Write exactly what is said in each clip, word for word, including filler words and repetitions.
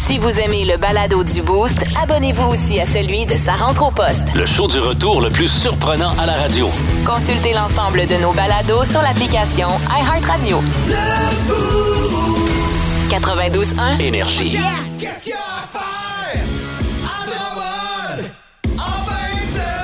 Si vous aimez le balado du Boost, abonnez-vous aussi à celui de Sa rentre au poste. Le show du retour le plus surprenant à la radio. Consultez l'ensemble de nos balados sur l'application iHeartRadio. quatre-vingt-douze un Énergie. Yes! Qu'est-ce qu'il y a à faire? À Drummond! En fin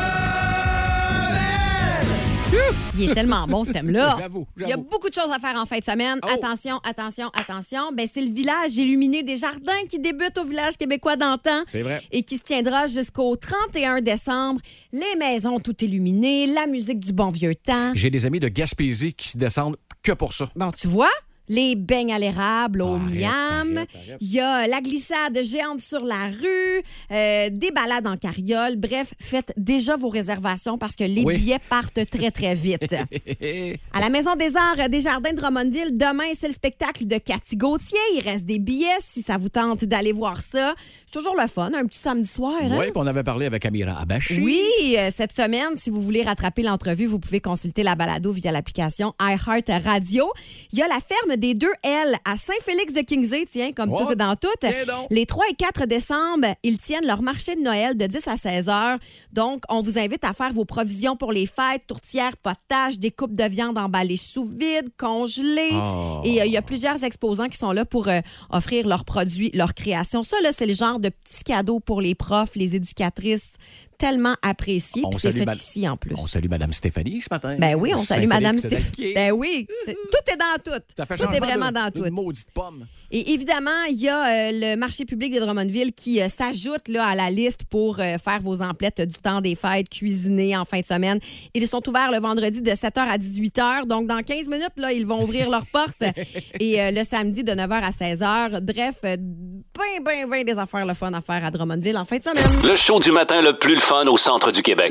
de semaine! Il est tellement bon, ce thème-là. J'avoue, Il y a j'avoue. beaucoup de choses à faire en fin de semaine. Oh. Attention, attention, attention. Ben, c'est le village illuminé des Jardins qui débute au village québécois d'antan. C'est vrai. Et qui se tiendra jusqu'au trente et un décembre. Les maisons toutes illuminées, la musique du bon vieux temps. J'ai des amis de Gaspésie qui se descendent que pour ça. Bon, tu vois, les beignes à l'érable au Arrête, miam. arrête, arrête. Il y a la glissade géante sur la rue, euh, des balades en carriole. Bref, faites déjà vos réservations parce que les Oui. billets partent très, très vite. À la Maison des Arts des Jardins de Drummondville, demain, c'est le spectacle de Cathy Gauthier. Il reste des billets si ça vous tente d'aller voir ça. C'est toujours le fun, un petit samedi soir. Hein? Oui, puis on avait parlé avec Amira Abachi. Oui, euh, cette semaine, si vous voulez rattraper l'entrevue, vous pouvez consulter la balado via l'application iHeartRadio. Il y a la ferme des deux L à Saint-Félix-de-Kingsay, tiens, comme Oh, tout est dans tout. tiens donc. Les trois et quatre décembre, ils tiennent leur marché de Noël de dix à seize heures. Donc, on vous invite à faire vos provisions pour les fêtes, tourtières, potages, des coupes de viande emballées sous vide, congelées. Oh. Et euh, il y a plusieurs exposants qui sont là pour euh, offrir leurs produits, leurs créations. Ça, là, c'est le genre de petits cadeaux pour les profs, les éducatrices, tellement appréciés. On Puis c'est salue fait ma- ici, en plus. On salue Mme Stéphanie ce matin. Ben oui, on salue Madame Saint-Félix Stéphanie. d'Alquier. Ben oui, c'est- tout est dans tout. Ça fait Tout est changement vraiment de- dans d'une tout. maudite pomme. Et évidemment, il y a euh, le marché public de Drummondville qui euh, s'ajoute là, à la liste pour euh, faire vos emplettes du temps des fêtes, cuisiner en fin de semaine. Ils sont ouverts le vendredi de sept heures à dix-huit heures. Donc, dans quinze minutes, là, ils vont ouvrir leurs portes. Et euh, le samedi de neuf heures à seize heures. Bref, euh, ben, ben, ben des affaires le fun à faire à Drummondville en fin de semaine. Le show du matin le plus le fun au centre du Québec.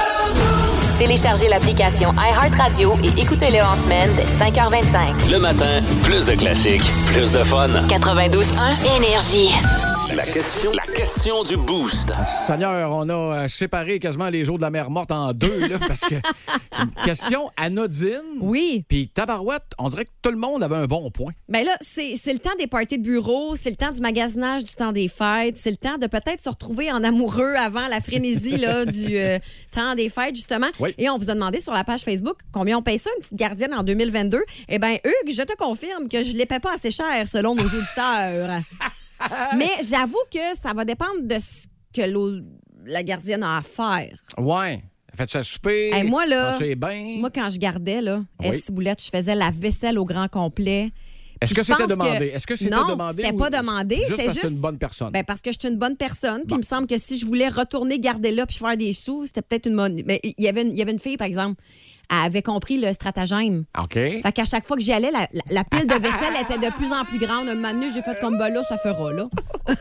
Téléchargez l'application iHeartRadio et écoutez-le en semaine dès cinq heures vingt-cinq. Le matin, plus de classiques, plus de fun. quatre-vingt-douze un Énergie. La question, la question du boost. Seigneur, on a euh, séparé quasiment les jours de la mer morte en deux, là, parce que une question anodine. Oui. Puis tabarouette, on dirait que tout le monde avait un bon point. Bien là, c'est c'est le temps des parties de bureau, c'est le temps du magasinage du temps des fêtes, c'est le temps de peut-être se retrouver en amoureux avant la frénésie là, du euh, temps des fêtes, justement. Oui. Et on vous a demandé sur la page Facebook combien on paye ça, une petite gardienne en deux mille vingt-deux. Eh bien, Hugues, je te confirme que je ne les paie pas assez cher selon nos auditeurs. Mais j'avoue que ça va dépendre de ce que l'au- la gardienne a à faire. Ouais. Faites-tu à souper? Hey, moi, là, C'est bien. Moi, quand je gardais, là, Oui. Estiboulette, je faisais la vaisselle au grand complet. Est-ce Puis que je c'était pense demandé? que- Est-ce que c'était non, demandé? c'était ou- pas demandé, Juste c'était parce que t'es juste- une bonne personne. Ben parce que je suis une bonne personne. Puis Bon. il me semble que si je voulais retourner garder là puis faire des sous, c'était peut-être une bonne. Mais il y avait une, il y avait une fille, par exemple, elle avait compris le stratagème. OK. Fait qu'à chaque fois que j'y allais, la, la- la pile de vaisselle était de plus en plus grande. Un moment donné, j'ai fait comme ben là, ça fera là.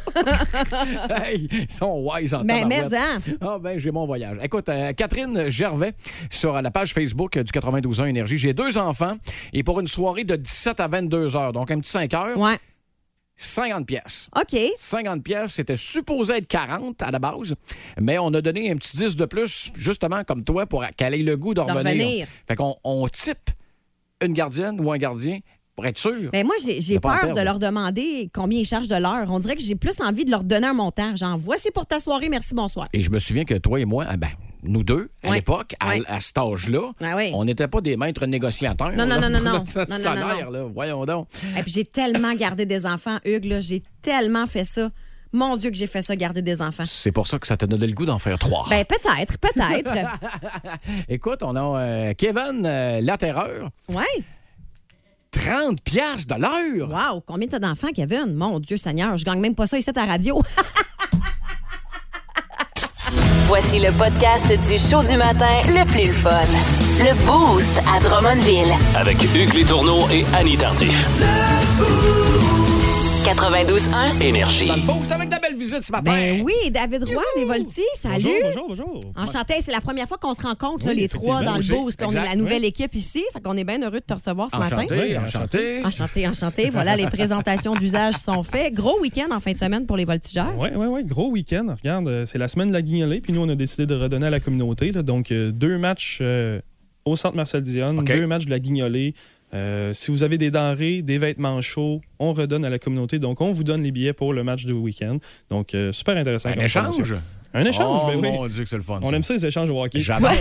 Hey, ils sont wise en Ben, tabarouette. mais hein. Ah, ben, j'ai mon voyage. Écoute, euh, Catherine Gervais, sur la page Facebook du quatre-vingt-douze ans Énergie. J'ai deux enfants et pour une soirée de dix-sept à vingt-deux heures, donc un petit cinq heures, Ouais. cinquante pièces. OK. cinquante pièces, c'était supposé être quarante à la base, mais on a donné un petit dix de plus, justement comme toi, pour qu'elle ait le goût de De revenir. revenir. Fait qu'on on type une gardienne ou un gardien pour être sûr. Ben moi, j'ai, j'ai De pas en peur perdre. de leur demander combien ils chargent de l'heure. On dirait que j'ai plus envie de leur donner un montant. Genre, voici pour ta soirée, merci, bonsoir. Et je me souviens que toi et moi, ah ben, nous deux, à Ouais. l'époque, à, Ouais. à cet âge-là, Ah oui. on n'était pas des maîtres négociateurs. Non, non, là, non, non, pour non. notre Non, non, non, salaire, là. Voyons donc. Et puis j'ai tellement gardé des enfants, Hugues, là, j'ai tellement fait ça. Mon Dieu que j'ai fait ça, garder des enfants. C'est pour ça que ça te donné le goût d'en faire trois. Ben peut-être, peut-être. Écoute, on a euh, Kevin euh, Laterreur. Ouais. trente piastres de l'heure. Wow, combien t'as d'enfants, Kevin? Mon Dieu Seigneur, je gagne même pas ça ici à la radio. Voici le podcast du show du matin le plus le fun. Le Boost à Drummondville. Avec Hugues Létourneau et Annie Tardif. quatre-vingt-douze un Énergie. Dans le boost avec de belles visites ce matin. Ben oui, David Roy, des Voltis, salut. Bonjour, bonjour, bonjour. Enchanté, c'est la première fois qu'on se rencontre, là, Oui, les trois dans le effectivement, boost. aussi. On est la Exact, nouvelle équipe ici, fait qu'on est bien heureux de te recevoir ce matin. Enchanté, Oui, enchanté. Enchanté, enchanté. Voilà, les présentations d'usage sont faites. Gros week-end en fin de semaine pour les voltigeurs. Oui, oui, oui, gros week-end. Regarde, euh, c'est la semaine de la guignolée, puis nous, on a décidé de redonner à la communauté. Là. Donc, euh, deux matchs euh, au Centre Marcel Dionne, OK. deux matchs de la guignolée, Euh, si vous avez des denrées, des vêtements chauds, on redonne à la communauté. Donc, on vous donne les billets pour le match de week-end. Donc, euh, super intéressant. Un échange? Promotion. Un échange, oh, ben oui. Mon Dieu que c'est le fun. On ça. aime ça, les échanges au hockey. J'adore.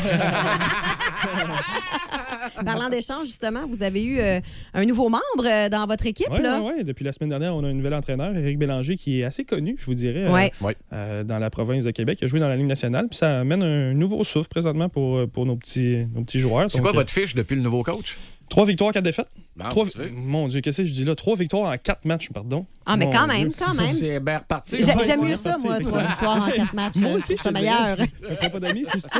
Parlant d'échange, justement, vous avez eu euh, un nouveau membre euh, dans votre équipe. Oui, là. oui, oui. Depuis la semaine dernière, on a un nouvel entraîneur, Éric Bélanger, qui est assez connu, je vous dirais, euh, Ouais. Ouais. euh, dans la province de Québec. Il a joué dans la Ligue nationale. Puis ça amène un nouveau souffle présentement pour, pour nos, petits, nos petits joueurs. C'est Donc, quoi votre fiche depuis le nouveau coach? Trois victoires, quatre défaites. Ah, Trois... tu sais. Mon Dieu, qu'est-ce que je dis là? Trois victoires en quatre matchs, pardon. Ah, mais Mon quand Dieu. même, quand même. C'est bien reparti. J'ai- Ouais, J'aime c'est mieux bien ça, parti, moi, trois effectivement. victoires en quatre matchs. Moi euh, aussi, je c'est te meilleur. dirais. Je ne ferais pas d'amis si je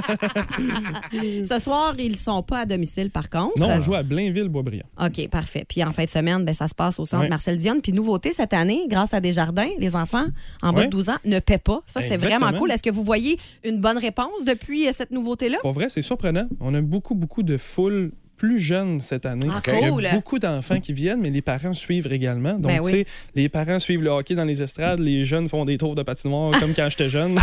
dis ça. Ce soir, ils sont pas à domicile, par contre. Non, on joue à Blainville-Boisbriand. OK, parfait. Puis en fin de semaine, ben, ça se passe au centre Ouais. Marcel Dionne. Puis nouveauté cette année, grâce à Desjardins, les enfants en bas Ouais. de douze ans ne paient pas. Ça, c'est Exactement. vraiment cool. Est-ce que vous voyez une bonne réponse depuis euh, cette nouveauté-là? Pour vrai, c'est surprenant. On a beaucoup, beaucoup de foules plus jeunes cette année. Ah, Il y cool. a beaucoup d'enfants qui viennent, mais les parents suivent également. Donc, Ben tu oui. sais, les parents suivent le hockey dans les estrades, les jeunes font des tours de patinoire comme quand j'étais jeune.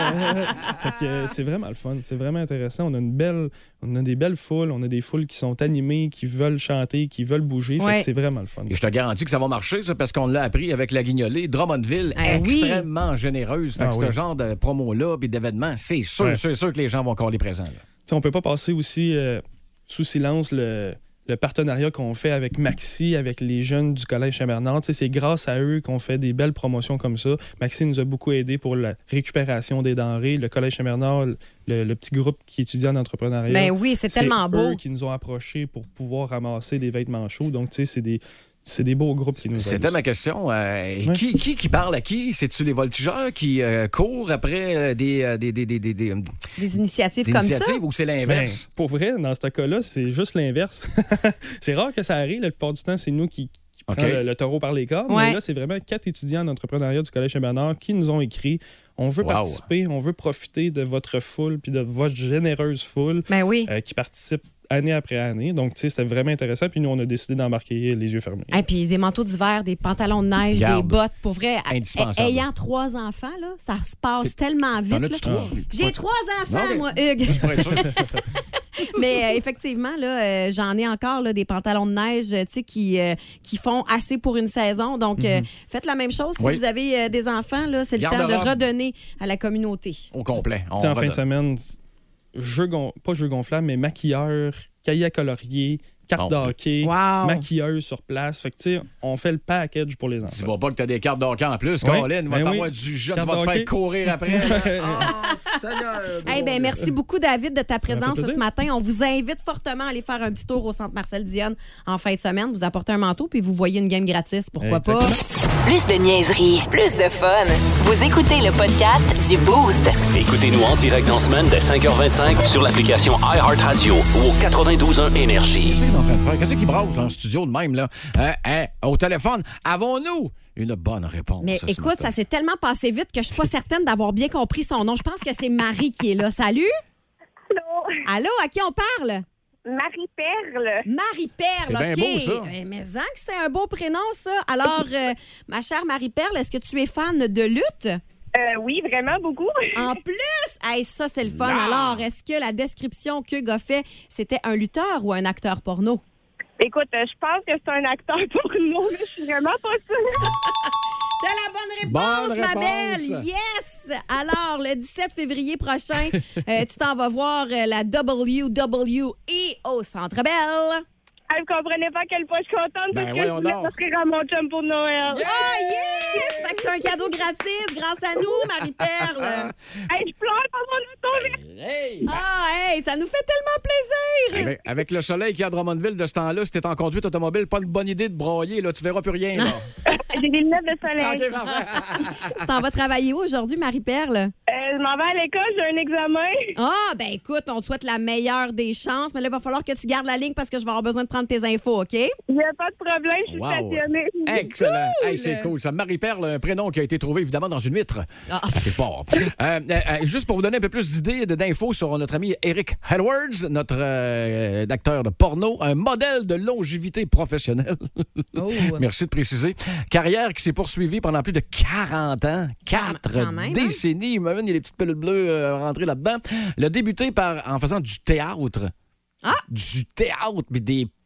Fait que, euh, c'est vraiment le fun. C'est vraiment intéressant. On a une belle, on a des belles foules, on a des foules qui sont animées, qui veulent chanter, qui veulent bouger. Fait Ouais. que c'est vraiment le fun. Et je te garantis que ça va marcher, ça, parce qu'on l'a appris avec la guignolée. Drummondville, Ah oui. extrêmement généreuse. Fait Ah que oui. ce genre de promo-là puis d'événements, c'est sûr, Ouais. sûr, sûr que les gens vont encore les présents. là. Tu sais, on peut pas passer aussi euh, sous silence le, le partenariat qu'on fait avec Maxi, avec les jeunes du Collège Saint-Bernard. Tu sais, c'est grâce à eux qu'on fait des belles promotions comme ça. Maxi nous a beaucoup aidé pour la récupération des denrées. Le Collège Saint-Bernard, le, le petit groupe qui étudie en entrepreneuriat. Ben oui, c'est tellement beau. eux qui nous ont approchés pour pouvoir ramasser des vêtements chauds. Donc, tu sais, c'est des, c'est des beaux groupes qui nous aident. C'était aussi. ma question. Euh, Ouais. qui, qui qui parle à qui? C'est-tu les voltigeurs qui euh, courent après euh, des, euh, des, des, des, des, des- Des initiatives des comme ça? initiatives ou c'est Ben, l'inverse? pour vrai, dans ce cas-là, c'est juste l'inverse. C'est rare que ça arrive. La plupart du temps, c'est nous qui, qui OK. prenons le, le taureau par les cornes. Ouais. Mais là, c'est vraiment quatre étudiants en entrepreneuriat du Collège Saint-Bernard qui nous ont écrit. On veut Wow. participer, on veut profiter de votre foule puis de votre généreuse foule Ben oui. euh, qui participe année après année. Donc, tu sais, c'était vraiment intéressant. Puis nous, on a décidé d'embarquer les yeux fermés. Et puis des manteaux d'hiver, des pantalons de neige, Garde. des bottes. Pour vrai, Indispensable. ayant trois enfants, là, ça se passe tellement vite. T'en as-tu là. trois? J'ai trois enfants, Ok. moi, Hugues. Juste pour être sûr. Mais euh, effectivement, là, euh, j'en ai encore là, des pantalons de neige euh, tu sais, qui, euh, qui font assez pour une saison. Donc, euh, faites la même chose. Si Oui. vous avez euh, des enfants, là, c'est le temps de Garde-robe. redonner à la communauté. Au complet. On Tu sais, en fin de redonne. semaine, jeu gon- pas jeu gonflable, mais maquilleur, cahier à colorier, carte Bon. de hockey, Wow. maquilleuse sur place. Fait que, tu sais, on fait le package pour les Tu enfants. vois pas que t'as des cartes d'hockey en plus, Oui. Colin. Va Ben t'avoir oui. du jeu, tu Carte vas te d'hockey. faire courir après. là. Ah, Seigneur, Eh ben, merci beaucoup, David, de ta présence plaisir. ce matin. On vous invite fortement à aller faire un petit tour au centre Marcel Dionne en fin de semaine. Vous apportez un manteau puis vous voyez une game gratis. Pourquoi Exactement. pas? Plus de niaiserie, plus de fun. Vous écoutez le podcast du Boost. Écoutez-nous en direct en semaine dès cinq heures vingt-cinq sur l'application iHeartRadio ou au quatre-vingt-douze un Énergie. Qu'est-ce qu'il est en train de faire? Qu'est-ce qu'il brasse dans le studio de même, là? Hein, hein, au téléphone, avons-nous une bonne réponse? Mais ce écoute, matin? ça s'est tellement passé vite que je suis pas certaine d'avoir bien compris son nom. Je pense que c'est Marie qui est là. Salut? Allô, Allô, à qui on parle? Marie-Perle. Marie-Perle, C'est OK. bien beau, ça. Eh, mais en que c'est un beau prénom, ça. Alors, euh, ma chère Marie-Perle, est-ce que tu es fan de lutte? Euh, oui, vraiment beaucoup. En plus, hey, ça, c'est le fun. Ah. Alors, est-ce que la description que a fait, c'était un lutteur ou un acteur porno? Écoute, euh, je pense que c'est un acteur pour nous, mais je suis vraiment pas sûre. T'as la bonne réponse, Bonne ma réponse. belle! Yes! Alors, le dix-sept février prochain, euh, tu t'en vas voir euh, la W W E au Centre Bell. Ah, vous comprenez pas à quel point je suis contente Ben, parce que voyons je voulais donc. offrir à mon chum pour Noël. Ah, yes! Fait que t'as un cadeau gratis grâce à nous, Marie-Perle. Hey, je pleure dans mon auto. Hey! Ah, hey, ça nous fait tellement plaisir! Avec, avec le soleil qu'il y a à Drummondville de ce temps-là, si t'es en conduite automobile, pas une bonne idée de broyer, là, tu verras plus rien. Là. J'ai des lunettes de soleil. OK, parfait. Tu t'en vas travailler où aujourd'hui, Marie-Perle? Euh, je m'en vais à l'école, j'ai un examen. Ah, ben écoute, on te souhaite la meilleure des chances, mais là, il va falloir que tu gardes la ligne parce que je vais avoir besoin de prendre tes infos, OK? Il n'y a pas de problème, je suis Wow. stationnée. Excellent. Hey, c'est cool. Ça Marie-Perle, un prénom qui a été trouvé évidemment dans une huître. Ah. À quelque part. Euh, euh, euh, juste pour vous donner un peu plus d'idées, de- d'infos sur notre ami Eric Edwards, notre euh, acteur de porno, un modèle de longévité professionnelle. Oh. Merci de préciser. Carrière qui s'est poursuivie pendant plus de quarante ans. Quatre Quand même, hein? décennies. Imagine, il y a des petites pelules bleues euh, rentrées là-dedans. Il a débuté par, en faisant du théâtre. Ah! Du théâtre, mais des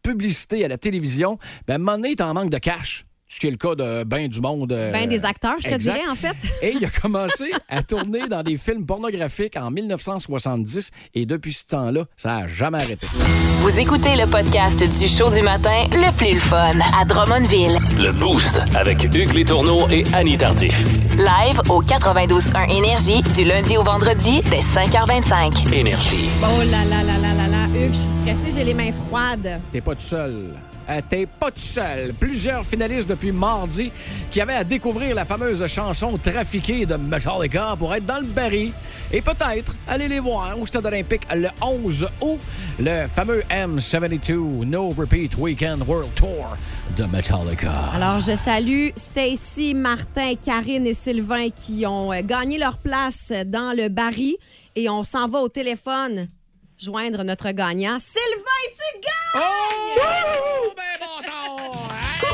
publicité à la télévision, ben, à un moment donné, t'en manques de cash. Ce qui est le cas de ben du monde. Euh, Ben des acteurs, je te exact. dirais, en fait. Et il a commencé à tourner dans des films pornographiques en dix-neuf cent soixante-dix. Et depuis ce temps-là, ça n'a jamais arrêté. Vous écoutez le podcast du show du matin le plus le fun à Drummondville. Le Boost avec Hugues Létourneau et Annie Tardif. Live au quatre-vingt-douze point un Énergie du lundi au vendredi dès cinq heures vingt-cinq. Énergie. Oh là là là là là là. Hugues, je suis stressée, j'ai les mains froides. T'es pas tout seul. Euh, T'es pas tout seul. Plusieurs finalistes depuis mardi qui avaient à découvrir la fameuse chanson trafiquée de Metallica pour être dans le baril et peut-être aller les voir au Stade olympique le onze août. Le fameux M soixante-deux No Repeat Weekend World Tour de Metallica. Alors, je salue Stacy, Martin, Karine et Sylvain qui ont euh, gagné leur place dans le baril et on s'en va au téléphone joindre notre gagnant. Sylvain, tu gagnes! Oh! Ben bon temps!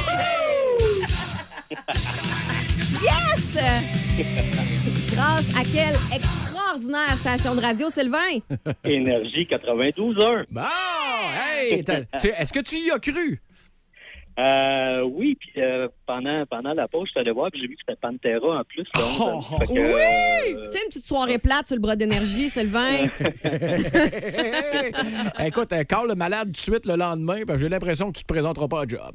Hey, hey! Yes! Grâce à quelle extraordinaire station de radio, Sylvain? Énergie quatre-vingt-douze heures. Bon! Hey! t'as- tu- Est-ce que tu y as cru? Euh, oui, puis euh, pendant, pendant la pause, je suis allé voir, puis j'ai vu que c'était Pantera en plus. là. Oh, Fait que, Oui! euh, Tu sais, une petite soirée plate sur le bras d'énergie, Sylvain. Écoute, euh, Carl le malade tout de suite le lendemain, ben, j'ai l'impression que tu te présenteras pas à job.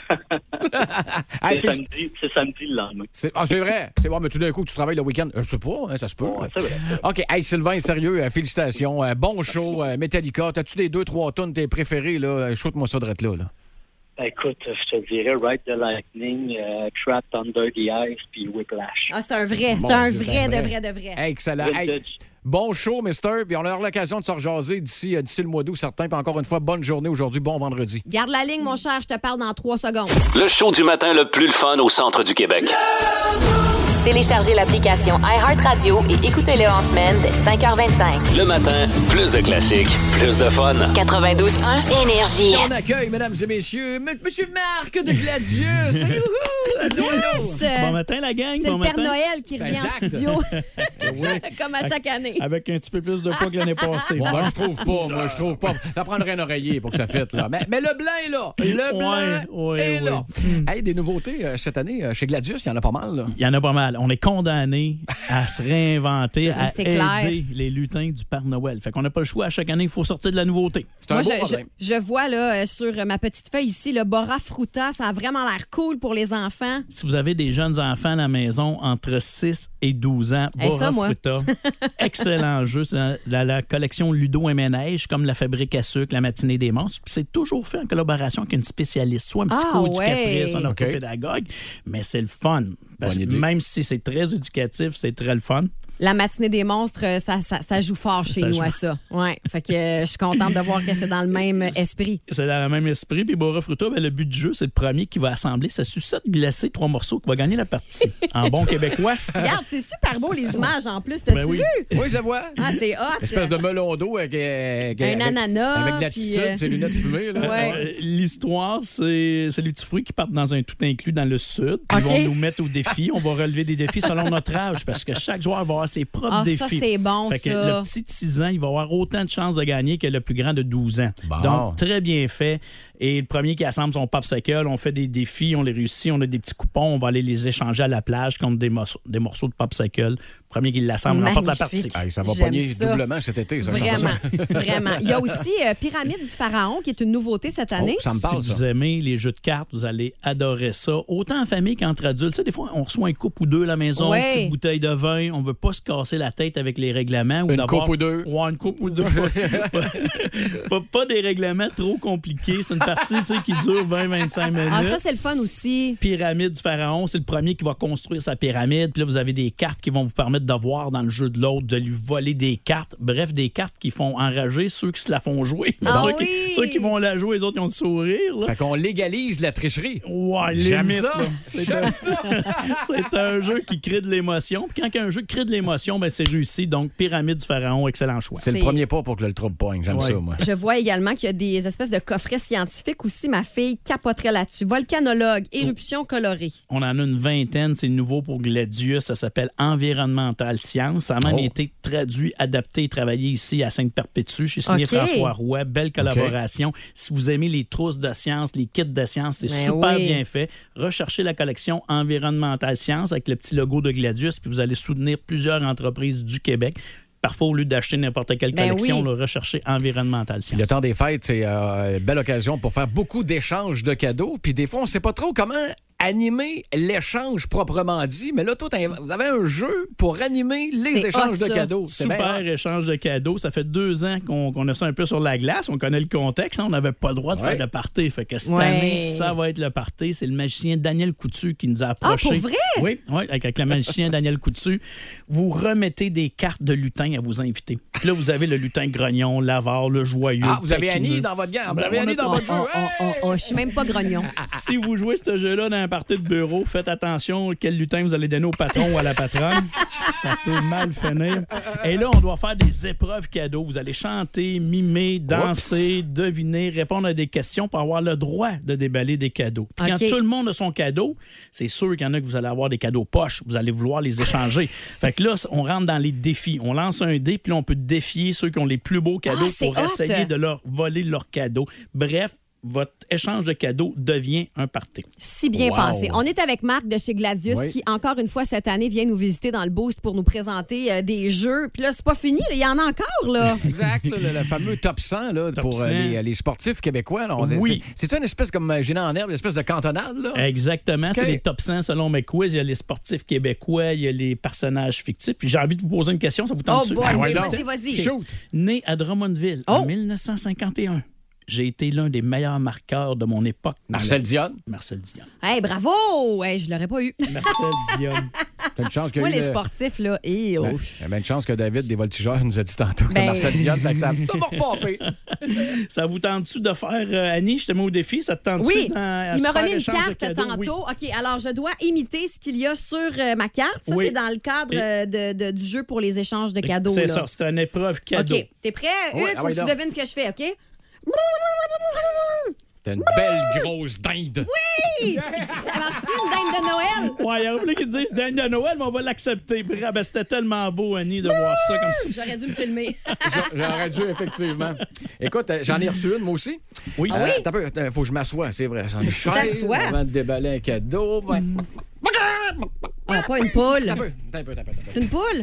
Hey, c'est, félici- samedi, c'est samedi le lendemain. c'est, ah, c'est vrai. C'est vrai, mais tout d'un coup, tu travailles le week-end. Je sais pas, hein, ça se peut. Ouais, c'est vrai. OK. Hey, Sylvain, sérieux, euh, félicitations. Euh, bon show, euh, Metallica. T'as-tu des deux, trois tonnes tes préférés, là? Shoot-moi ça de là, là. Écoute, je te dirais Ride the Lightning, euh, Trapped Under the Ice, puis Whiplash. Ah, c'est un vrai. C'est Mon un Dieu, vrai, c'est de vrai. vrai, de vrai. Excellent. Hey, Vintage. bon show, mister. Puis on aura l'occasion de se rejaser d'ici, euh, d'ici le mois d'août, certain. Puis encore une fois, bonne journée aujourd'hui, bon vendredi. Garde la ligne, mon cher, je te parle dans trois secondes. Le show du matin le plus le fun au centre du Québec. Téléchargez l'application iHeartRadio et écoutez-le en semaine dès cinq heures vingt-cinq. Le matin, plus de classiques, plus de fun. quatre-vingt-douze point un Énergie. Et on accueille, mesdames et messieurs, M- Monsieur Marc de Gladius. Youhou! Allô, allô! Yes! Bon matin, la gang. C'est bon le Père matin. Noël qui revient en Exact. studio, Oui. comme à chaque année. Avec un petit peu plus de poids que l'année passée. Bon, moi, je trouve pas, moi, je trouve pas. Ça prendrait un oreiller pour que ça fitte, là. Mais, mais le blanc est là. Le blanc Ouais, ouais, est ouais. là. Hey, des nouveautés euh, cette année euh, chez Gladius, il y en a pas mal, là. Il y en a pas mal. On est condamnés à se réinventer, à c'est aider clair. les lutins du Père Noël. Fait qu'on n'a pas le choix. À chaque année, il faut sortir de la nouveauté. C'est un Moi, beau je, problème. je, je vois là, euh, sur ma petite feuille ici, le Bora Fruta, ça a vraiment l'air cool pour les enfants. Si vous avez des jeunes enfants à la maison entre six et douze ans, Hey, ça, Bora moi. Fruta, excellent jeu. C'est la, la- la collection Ludo et Ménage, comme la Fabrique à sucre, la Matinée des monstres. Puis c'est toujours fait en collaboration avec une spécialiste, soit un Ah, psycho-éducatrice, ouais. un OK. orthopédagogue, mais c'est le fun. Parce Bonne que idée. même si c'est très éducatif, c'est très le fun. La matinée des monstres, euh, ça, ça, ça joue fort chez Ça nous joue. à ça. Ouais. Fait que euh, je suis contente de voir que c'est dans le même esprit. C'est dans le même esprit. Puis Bora Fruta, ben, le but du jeu, c'est le premier qui va assembler sa sucette glacée, trois morceaux, qui va gagner la partie. En bon québécois. Regarde, c'est super beau les images en plus. T'as-tu Ben oui. vu? Oui, je le vois. Ah, c'est hot. Espèce de melon d'eau avec, euh, avec- Un avec- ananas, Avec de la puis, tissue, euh, ses lunettes fumées, là. Ouais. Euh, L'histoire, c'est c'est les petits fruits qui partent dans un tout inclus dans le sud. Puis OK. Ils vont nous mettre au défi. On va relever des défis selon notre âge parce que chaque joueur va avoir ses propres Ah, défis. ça, c'est bon, Fait que ça. le petit de six ans, il va avoir autant de chances de gagner que le plus grand de douze ans. Bon. Donc, très bien fait. Et le premier qui assemble son popsicle, on fait des défis, on les réussit, on a des petits coupons, on va aller les échanger à la plage contre des, morceaux, des morceaux de popsicle. Le premier qui l'assemble remporte la partie. Magnifique. Hey, ça va J'aime pogner ça. doublement cet été, ça. je t'en Vraiment, fais ça. vraiment. Il y a aussi euh, Pyramide du Pharaon, qui est une nouveauté cette année. Oh, ça me parle, Si ça. vous aimez les jeux de cartes, vous allez adorer ça. Autant en famille qu'entre adultes. Tu sais, des fois, on reçoit un coupe ou deux à la maison, Ouais. une petite bouteille de vin. On veut pas se casser la tête avec les règlements. Ou Une d'avoir... coupe ou deux. Ouais, une coupe ou deux. pas, pas- pas des règlements trop compliqués. C'est une partie tu sais, qui dure vingt à vingt-cinq minutes. Ah, ça, c'est le fun aussi. Pyramide du pharaon, c'est le premier qui va construire sa pyramide. Puis là, vous avez des cartes qui vont vous permettre de voir dans le jeu de l'autre, de lui voler des cartes. Bref, des cartes qui font enrager ceux qui se la font jouer. Ah ceux, oui! qui, ceux qui vont la jouer, les autres, ils ont le sourire. Là. Fait qu'on légalise la tricherie. Ouais, J'aime limite, ça. là. C'est un, c'est un jeu qui crée de l'émotion. Puis quand un jeu crée de l'émotion, ben c'est réussi. Donc, Pyramide du pharaon, excellent choix. C'est le C'est- premier pas pour que le trouble pogne. J'aime Ouais. ça, moi. Je vois également qu'il y a des espèces de coffrets scientifiques scientifique aussi, ma fille capoterait là-dessus. Volcanologue, éruption colorée. On en a une vingtaine, c'est nouveau pour Gladius, ça s'appelle Environnemental Science. Ça a même Oh. été traduit, adapté et travaillé ici à Sainte-Perpétue, chez signé OK. François Roy. Belle collaboration. Si vous aimez les trousses de science, les kits de science, c'est Ben super oui. bien fait. Recherchez la collection Environnemental Science avec le petit logo de Gladius, puis vous allez soutenir plusieurs entreprises du Québec. Parfois, au lieu d'acheter n'importe quelle Ben collection, oui. là, recherchez Environnemental Science. Le temps des fêtes, c'est euh, une belle occasion pour faire beaucoup d'échanges de cadeaux. Puis des fois, on ne sait pas trop comment animer l'échange proprement dit. Mais là, toi, t'as- vous avez un jeu pour animer les C'est échanges hot, de ça. cadeaux. C'est bien Super hot. échange de cadeaux. Ça fait deux ans qu'on qu'on a ça un peu sur la glace. On connaît le contexte. hein. On n'avait pas le droit de Ouais. faire de party. Fait que cette Ouais. année, ça va être le party. C'est le magicien Daniel Coutu qui nous a Ah, approchés. pour vrai? Oui, oui, avec, avec le magicien Daniel Coutu. Vous remettez des cartes de lutin à vos invités. Puis là, vous avez le lutin grognon, l'avare, le joyeux. Ah, vous avez taquineux. Annie dans votre gamme. Vous Ben, avez on Annie a- dans votre jeu. Oh, oh, oh, Hey! oh, je suis même pas grognon. Si vous jouez ce jeu-là dans un party de bureau, faites attention quel lutin vous allez donner au patron ou à la patronne. Ça peut mal finir. Et là, on doit faire des épreuves cadeaux. Vous allez chanter, mimer, danser, deviner, répondre à des questions pour avoir le droit de déballer des cadeaux. Puis OK. quand tout le monde a son cadeau, c'est sûr qu'il y en a que vous allez avoir des cadeaux poches. Vous allez vouloir les échanger. Fait que là, on rentre dans les défis. On lance un dé, puis là, on peut défier ceux qui ont les plus beaux cadeaux Ah, c'est pour hot. essayer de leur voler leurs cadeaux. Bref, votre échange de cadeaux devient un party. Si bien Wow. pensé. On est avec Marc de chez Gladius Oui. qui, encore une fois, cette année, vient nous visiter dans le Boost pour nous présenter euh, des jeux. Puis là, c'est pas fini. là. Il y en a encore, là. Exact, là, le, le fameux top cent là, Top pour euh, cent. les, les sportifs québécois. là. On- Oui. c'est- C'est une espèce comme euh, Gênant en herbe, une espèce de cantonade. Là. Exactement. C'est OK. les top cent selon mes quiz. Il y a les sportifs québécois, il y a les personnages fictifs. Puis j'ai envie de vous poser une question. Ça vous Oh tente-tu? boy, Ah, vas-y, ouais, vas-y, donc. vas-y. Shoot! Né à Drummondville Oh. en mille neuf cent cinquante et un, j'ai été l'un des meilleurs marqueurs de mon époque. Marcel Dion. Marcel Dion. Hey, bravo! Hey, je l'aurais pas eu. Marcel Dion. T'as une chance qu'il y a Moi, eu les le- sportifs, là, et oh. Ben, il y a bien une chance que David des Voltigeurs nous a dit tantôt que Ben- c'est Marcel Dion. Fait que ça a pas repompé. Ça vous tente-tu de faire, euh, Annie, je te mets au défi, ça te tente-tu? Oui, dans- à il se m'a faire remis une échange de carte cadeaux? Oui. tantôt. OK, alors je dois imiter ce qu'il y a sur euh, ma carte. Ça, Oui. c'est dans le cadre Et- euh, de, de- du jeu pour les échanges de cadeaux. C'est là. ça, c'est une épreuve cadeau. OK, t'es prêt, Hugues? Ouais, ah Faut ouais, que tu donc. devines ce que je fais, OK? T'as une belle grosse dinde. Ça marche-tu, une dinde de Noël? Ouais, il y a voulu qu'ils disent Dinde de Noël, mais on va l'accepter. Bravo, ben, c'était tellement beau, Annie, de voir ça comme ça. J'aurais dû me filmer. J'aurais dû, effectivement. Écoute, euh, j'en ai reçu une, moi aussi. Oui. Euh, t'as peu, euh, faut que je m'assoie, c'est vrai. J'en ai chaise t'assois. avant de déballer un cadeau. Ben, Ah, pas une poule. T'as peu, t'as peu, t'as peu, t'as peu. C'est une poule?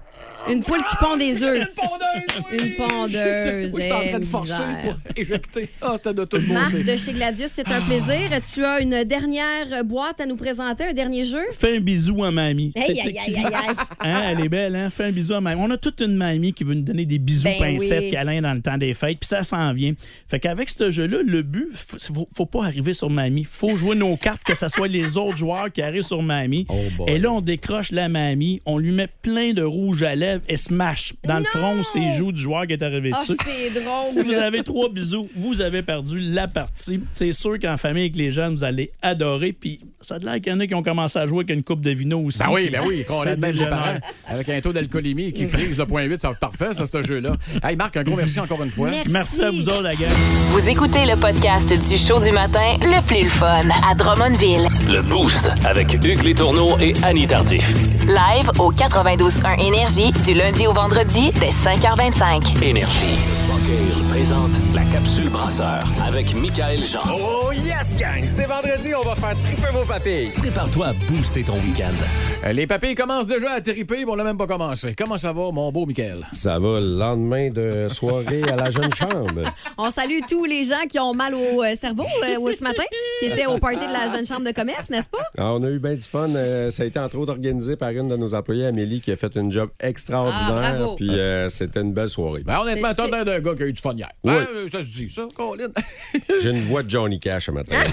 Une poule qui pond des œufs. Une pondeuse, oui! Une pondeuse, Oui, j'étais en train de eh, forcer misère. pour éjecter. Ah, c'était de toute Marc beauté. de chez Gladius, c'est un plaisir. Tu as une dernière boîte à nous présenter, un dernier jeu? Fais un bisou à mamie. Aïe, C'était aïe, aïe, qui? aïe, aïe. Hein, elle est belle, hein? Fais un bisou à mamie. On a toute une mamie qui veut nous donner des bisous Ben pincettes oui. câlins dans le temps des fêtes, puis ça s'en vient. Fait qu'avec ce jeu-là, le but, faut, faut, faut pas arriver sur mamie. Faut jouer nos cartes, que ce soit les autres joueurs qui arrivent sur mamie. Oh boy. Et là, on décroche la mamie, on lui met plein de rouge à lèvres et smash dans le front ses joues du joueur qui est arrivé Ah, dessus. c'est drôle. Si vous avez trois bisous, vous avez perdu la partie. C'est sûr qu'en famille avec les jeunes, vous allez adorer. Puis ça a l'air qu'il y en a qui ont commencé à jouer avec une coupe de vino aussi. Ben oui, ben oui, qu'on Ça est même les dégénère. parents. Avec un taux d'alcoolémie qui frise le point huit, ça va être parfait, ça, ce jeu-là. Hey, Marc, un gros merci encore une fois. Merci. Merci à vous autres, la gang. Vous écoutez le podcast du show du matin le plus le fun à Drummondville. Le Boost avec Hugues Létourneau et Annie Tardif. Live au quatre-vingt-douze un Énergie du lundi au vendredi dès cinq heures vingt-cinq. Énergie. Buckale présente la capsule brasseur avec Michael Jean. Oh yes, gang! C'est vendredi, on va faire triper vos papilles. Prépare-toi à booster ton week-end. Euh, Les papilles commencent déjà à triper, mais on l'a même pas commencé. Comment ça va, mon beau Michael? Ça va le lendemain de soirée à la jeune chambre. On salue tous les gens qui ont mal au euh, cerveau euh, ce matin, qui étaient au party de la jeune chambre de commerce, n'est-ce pas? Alors, on a eu bien du fun. Euh, ça a été entre autres organisé par une de nos employées, Amélie, qui a fait une job extraordinaire. Ah, bravo. Puis euh, c'était une belle soirée. Ben, honnêtement, C'est- t'as c'est- l'air d'un gars qui a eu du fun hier. Oui. Ben, euh, ça se dit, ça, Colin. J'ai une voix de Johnny Cash ce matin.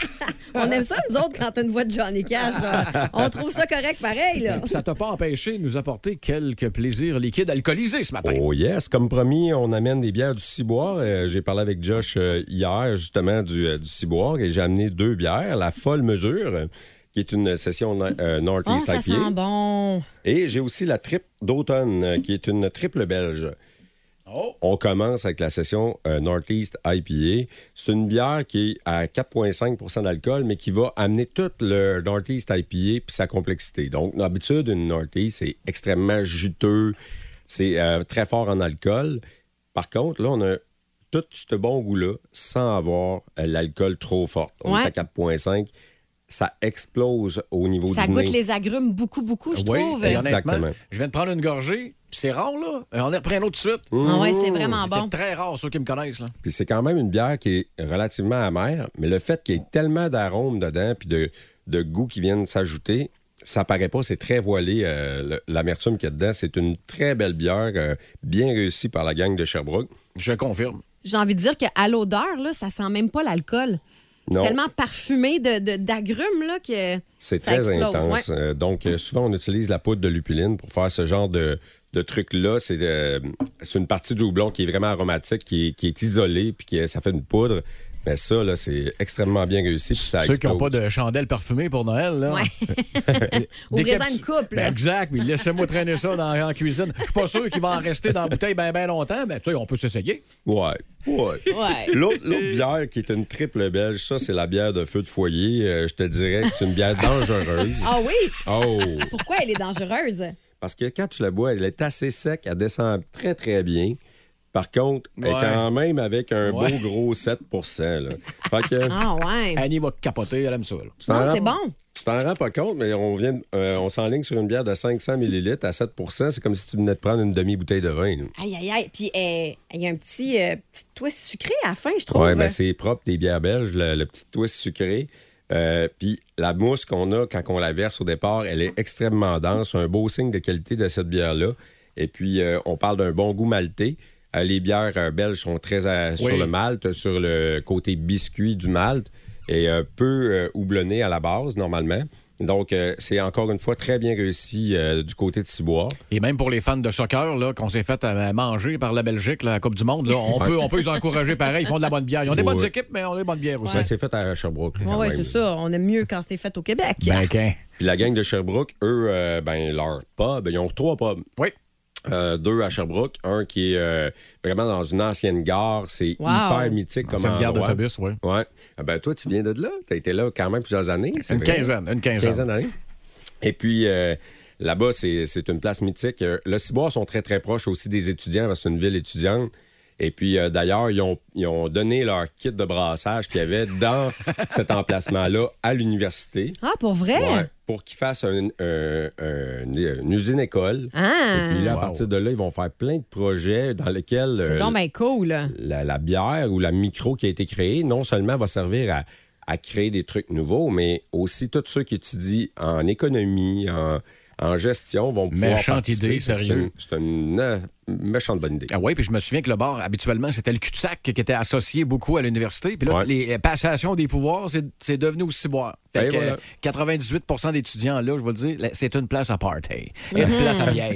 On aime ça, nous autres, quand t'as une voix de Johnny Cash. là. On trouve ça correct pareil. Là. Puis ça t'a pas empêché de nous apporter quelques plaisirs liquides alcoolisés ce matin. Oh yes, comme promis, on amène des bières du Ciboire. Euh, j'ai parlé avec Josh euh, hier, justement, du, euh, du Ciboire, et j'ai amené deux bières. La Folle Mesure, euh, qui est une session euh, Oh, Northeast ça I P A. sent bon. Et j'ai aussi la Triple d'automne, euh, qui est une triple belge. Oh. On commence avec la session euh, Northeast I P A. C'est une bière qui est à quatre virgule cinq pour cent d'alcool, mais qui va amener tout le Northeast I P A puis sa complexité. Donc, d'habitude, une Northeast, c'est extrêmement juteux, c'est euh, très fort en alcool. Par contre, là, on a tout ce bon goût-là sans avoir euh, l'alcool trop fort. On Ouais. est à quatre virgule cinq. Ça explose au niveau Ça du nez. goûte les agrumes beaucoup, beaucoup, je Oui, trouve. et Exactement. honnêtement, je viens de prendre une gorgée, puis c'est rare, là. On en reprend un autre tout de suite. Ah ouais, c'est vraiment bon. C'est très rare, ceux qui me connaissent, là. Puis c'est quand même une bière qui est relativement amère, mais le fait qu'il y ait tellement d'arômes dedans puis de, de goûts qui viennent s'ajouter, ça paraît pas, c'est très voilé, euh, le- l'amertume qu'il y a dedans. C'est une très belle bière, euh, bien réussie par la gang de Sherbrooke. Je confirme. J'ai envie de dire qu'à l'odeur, là, ça sent même pas l'alcool. C'est Non. tellement parfumé de, de- d'agrumes là, que C'est ça très explose, intense. ouais. Euh, donc, euh, souvent, on utilise la poudre de lupuline pour faire ce genre de, de truc-là. C'est, euh, c'est une partie du houblon qui est vraiment aromatique, qui est, qui est isolée, puis qui est- ça fait une poudre. Mais ça, là, c'est extrêmement bien réussi, puis ça Ceux qui n'ont explose. pas de chandelle parfumée pour Noël, là. Ouais. Ouvrez-en une couple. Ben exact, mais laissez-moi traîner ça dans, en cuisine. Je suis pas sûr qu'il va en rester dans la bouteille bien ben longtemps, mais tu sais, on peut s'essayer. Ouais. Ouais. Ouais. L'autre, l'autre bière qui est une triple belge, ça, c'est la bière de feu de foyer. Euh, je te dirais que c'est une bière dangereuse. Ah oui? Oh! Pourquoi elle est dangereuse? Parce que quand tu la bois, elle est assez sec, elle descend très, très bien. Par contre, elle est Ouais. quand même avec un Ouais. beau gros sept pour cent. Là. Fait que, Ah ouais. Annie va capoter, elle aime ça. là. tu t'en Non, rends- c'est bon. Tu t'en rends pas compte, mais on vient, de- euh, on s'enligne sur une bière de cinq cents millilitres à sept pour cent. C'est comme si tu venais de prendre une demi-bouteille de vin. là. Aïe, aïe, aïe. Puis euh, il y a un petit, euh, petit twist sucré à la fin, je trouve. Oui, ben c'est propre des bières belges, le, le petit twist sucré. Euh, Puis la mousse qu'on a quand on la verse au départ, elle est extrêmement dense. Un beau signe de qualité de cette bière-là. Et puis, euh, on parle d'un bon goût maltais. Euh, les bières euh, belges sont très euh, sur Oui. le malt, sur le côté biscuit du malt et euh, peu euh, houblonné à la base, normalement. Donc, euh, c'est encore une fois très bien réussi euh, du côté de Ciboire. Et même pour les fans de soccer, là, qu'on s'est fait euh, manger par la Belgique, là, la Coupe du Monde, là, on, peut, on peut les encourager pareil. Ils font de la bonne bière. Ils ont des bonnes Ouais. équipes, mais on a des bonnes bières aussi. Ça s'est fait à Sherbrooke. Oui, quand ouais, même. c'est ça. On aime mieux quand c'est fait au Québec. Ben, qu'un. Puis la gang de Sherbrooke, eux, euh, ben, leur pub, ils ont trois pubs. Oui. Euh, deux à Sherbrooke, un qui est euh, vraiment dans une ancienne gare. C'est Wow. hyper mythique comme C'est une gare endroit. d'autobus, oui. Ouais. Ah ben, toi, tu viens de là. Tu as été là quand même plusieurs années. c'est Une vrai? quinzaine, une quinzaine. quinzaine d'années. Et puis, euh, là-bas, c'est, c'est une place mythique. Euh, Le Ciboire sont très, très proches aussi des étudiants parce que c'est une ville étudiante. Et puis, euh, d'ailleurs, ils ont, ils ont donné leur kit de brassage qu'il y avait dans cet emplacement-là à l'université. Ah, pour vrai? Ouais, pour qu'ils fassent un- un- un- une usine-école. Ah, Et puis là, à Wow. partir de là, ils vont faire plein de projets dans lesquels c'est euh, donc bien cool. la, la bière ou la micro qui a été créée, non seulement va servir à, à créer des trucs nouveaux, mais aussi tous ceux qui étudient en économie, en, en gestion vont pouvoir Méchante participer. idée, sérieux. C'est une, c'est une, euh, méchante bonne idée. Ah oui, puis je me souviens que le bar, habituellement, c'était le cul-de-sac qui était associé beaucoup à l'université. Puis là, Ouais. les passations des pouvoirs, c'est, c'est devenu aussi boire. Fait Et que voilà. euh, quatre-vingt-dix-huit pour cent d'étudiants, là, je vais le dire, là, c'est une place à party. Une place à bière.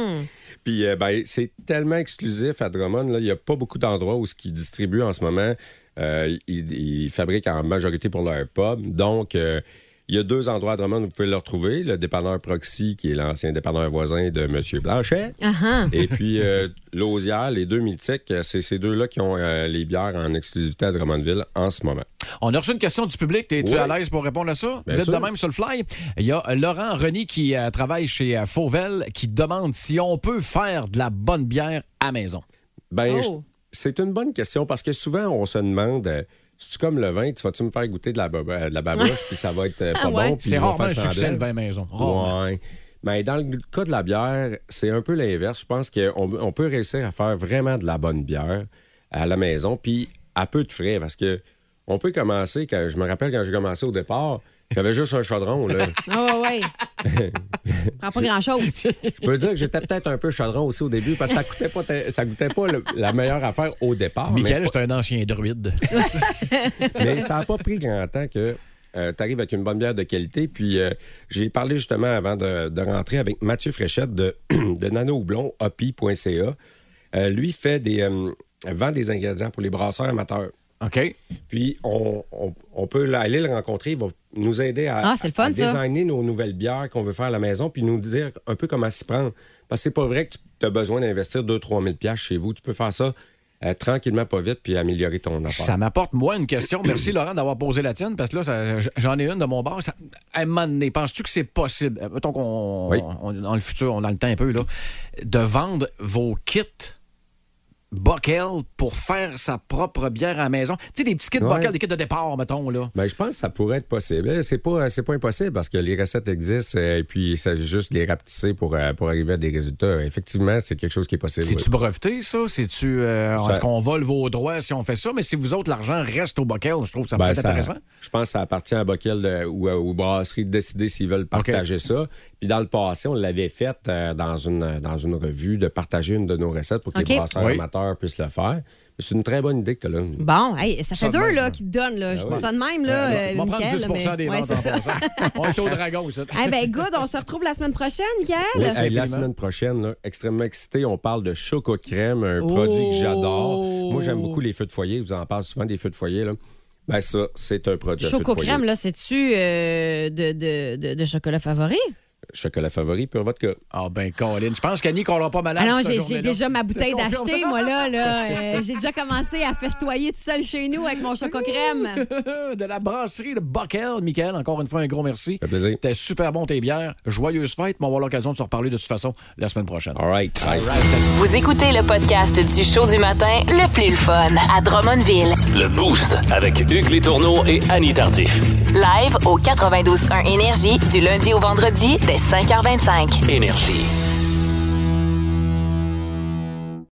Puis, euh, ben, c'est tellement exclusif à Drummond. là, Il n'y a pas beaucoup d'endroits où ce qu'ils distribuent en ce moment. Euh, ils, ils fabriquent en majorité pour leur pub. Donc, euh, il y a deux endroits à Drummond où vous pouvez le retrouver. Le dépanneur Proxy, qui est l'ancien dépanneur voisin de M. Blanchet. Ah, ah. Et puis, euh, Lausière, les deux mythiques, c'est ces deux-là qui ont euh, les bières en exclusivité à Drummondville en ce moment. On a reçu une question du public. T'es-tu Oui. à l'aise pour répondre à ça? Bien Vite sûr. de même sur le fly. Il y a Laurent Reny qui euh, travaille chez euh, Fauvel qui demande si on peut faire de la bonne bière à maison. Ben, Oh. je- c'est une bonne question parce que souvent, on se demande... euh, c'est comme le vin, tu vas-tu me faire goûter de la, baba- de la babouche, puis ça va être euh, pas Ah ouais. bon. puis C'est ils vont rarement un faire succès, semblant. le vin maison. Rarement. Ouais. Mais dans le cas de la bière, c'est un peu l'inverse. Je pense qu'on on peut réussir à faire vraiment de la bonne bière à la maison, puis à peu de frais, parce que on peut commencer, quand, je me rappelle quand j'ai commencé au départ, j'avais juste un chaudron. Là. Ah, ouais, ouais. Prends pas grand-chose. Je peux dire que j'étais peut-être un peu chaudron aussi au début, parce que ça coûtait pas, ta- ça goûtait pas le- la meilleure affaire au départ. mais Michael, c'est un ancien druide. Mais ça n'a pas pris grand temps que euh, tu arrives avec une bonne bière de qualité. Puis euh, j'ai parlé justement avant de, de rentrer avec Mathieu Fréchette de, de Nano Houblon, hoppy point c a. Euh, lui fait des, euh, vend des ingrédients pour les brasseurs amateurs. OK. Puis, on, on, on peut aller le rencontrer. Il va nous aider à, Ah, c'est le fun, à ça. designer nos nouvelles bières qu'on veut faire à la maison, puis nous dire un peu comment s'y prendre. Parce que c'est pas vrai que tu as besoin d'investir deux à trois mille dollars chez vous. Tu peux faire ça euh, tranquillement, pas vite, puis améliorer ton affaire. Ça m'apporte, moi, une question. Merci, Laurent, d'avoir posé la tienne, parce que là, ça, j'en ai une de mon bord. Ça, à un moment donné, penses-tu que c'est possible, mettons qu'on, Oui. on, dans le futur, on a le temps un peu, là, de vendre vos kits Buckell pour faire sa propre bière à la maison? Tu sais, des petits kits Ouais. Buckell, des kits de départ, mettons, là. Ben, je pense que ça pourrait être possible. C'est pas, c'est pas impossible parce que les recettes existent euh, et puis il s'agit juste de les rapetisser pour, euh, pour arriver à des résultats. Effectivement, c'est quelque chose qui est possible. C'est-tu oui. breveté, ça? C'est-tu, euh, Ça- est-ce qu'on vole vos droits si on fait ça? Mais si vous autres, l'argent reste au Buckell, je trouve que ça peut Ben, être ça- intéressant. Je pense que ça appartient à Buckell de- ou aux brasseries de décider s'ils veulent partager ça. Puis dans le passé, on l'avait fait euh, dans, une, dans une revue de partager une de nos recettes pour que OK. les brasseurs Oui. amateurs puissent le faire. Mais c'est une très bonne idée que tu as là. Bon, hey, ça fait Ça de deux même, là, ça. qui te donnent. Là. Je Ah dis oui. ça de même. Là, Euh, euh, on va prendre Mickaël, dix pour cent mais- des ouais, ventes c'est en ça. passant. On est au dragon, ça. Eh ben good, on se retrouve la semaine prochaine, Mickaël. Oui, hey, la Absolument. semaine prochaine, là, extrêmement excité, on parle de Choco Crème, un Oh! produit que j'adore. Moi, j'aime beaucoup les feux de foyer. Je vous en parle souvent des feux de foyer. Là. Ben ça, c'est un produit à feu de Choco foyer. crème, là, c'est-tu euh, de, de, de, de chocolat favori? Chocolat favori, pur vodka. Ah ben, Colin, je pense qu'Annie qu'on l'a pas malade. Ah non, cette j'ai, j'ai journée-là. déjà ma bouteille Je te confirme. d'acheter, moi, là. là. Euh, j'ai déjà commencé à festoyer tout seul chez nous avec mon choco crème. De la brasserie de Buckell, Michael, encore une fois, un gros merci. Ça fait plaisir. C'était super bon tes bières. Joyeuse fête, mais on va avoir l'occasion de se reparler de toute façon la semaine prochaine. All right. Bye. Vous écoutez le podcast du show du matin le plus le fun à Drummondville. Le Boost avec Hugues Létourneau et Annie Tardif. Live au quatre-vingt-douze point un Énergie du lundi au vendredi dès cinq heures vingt-cinq. Énergie.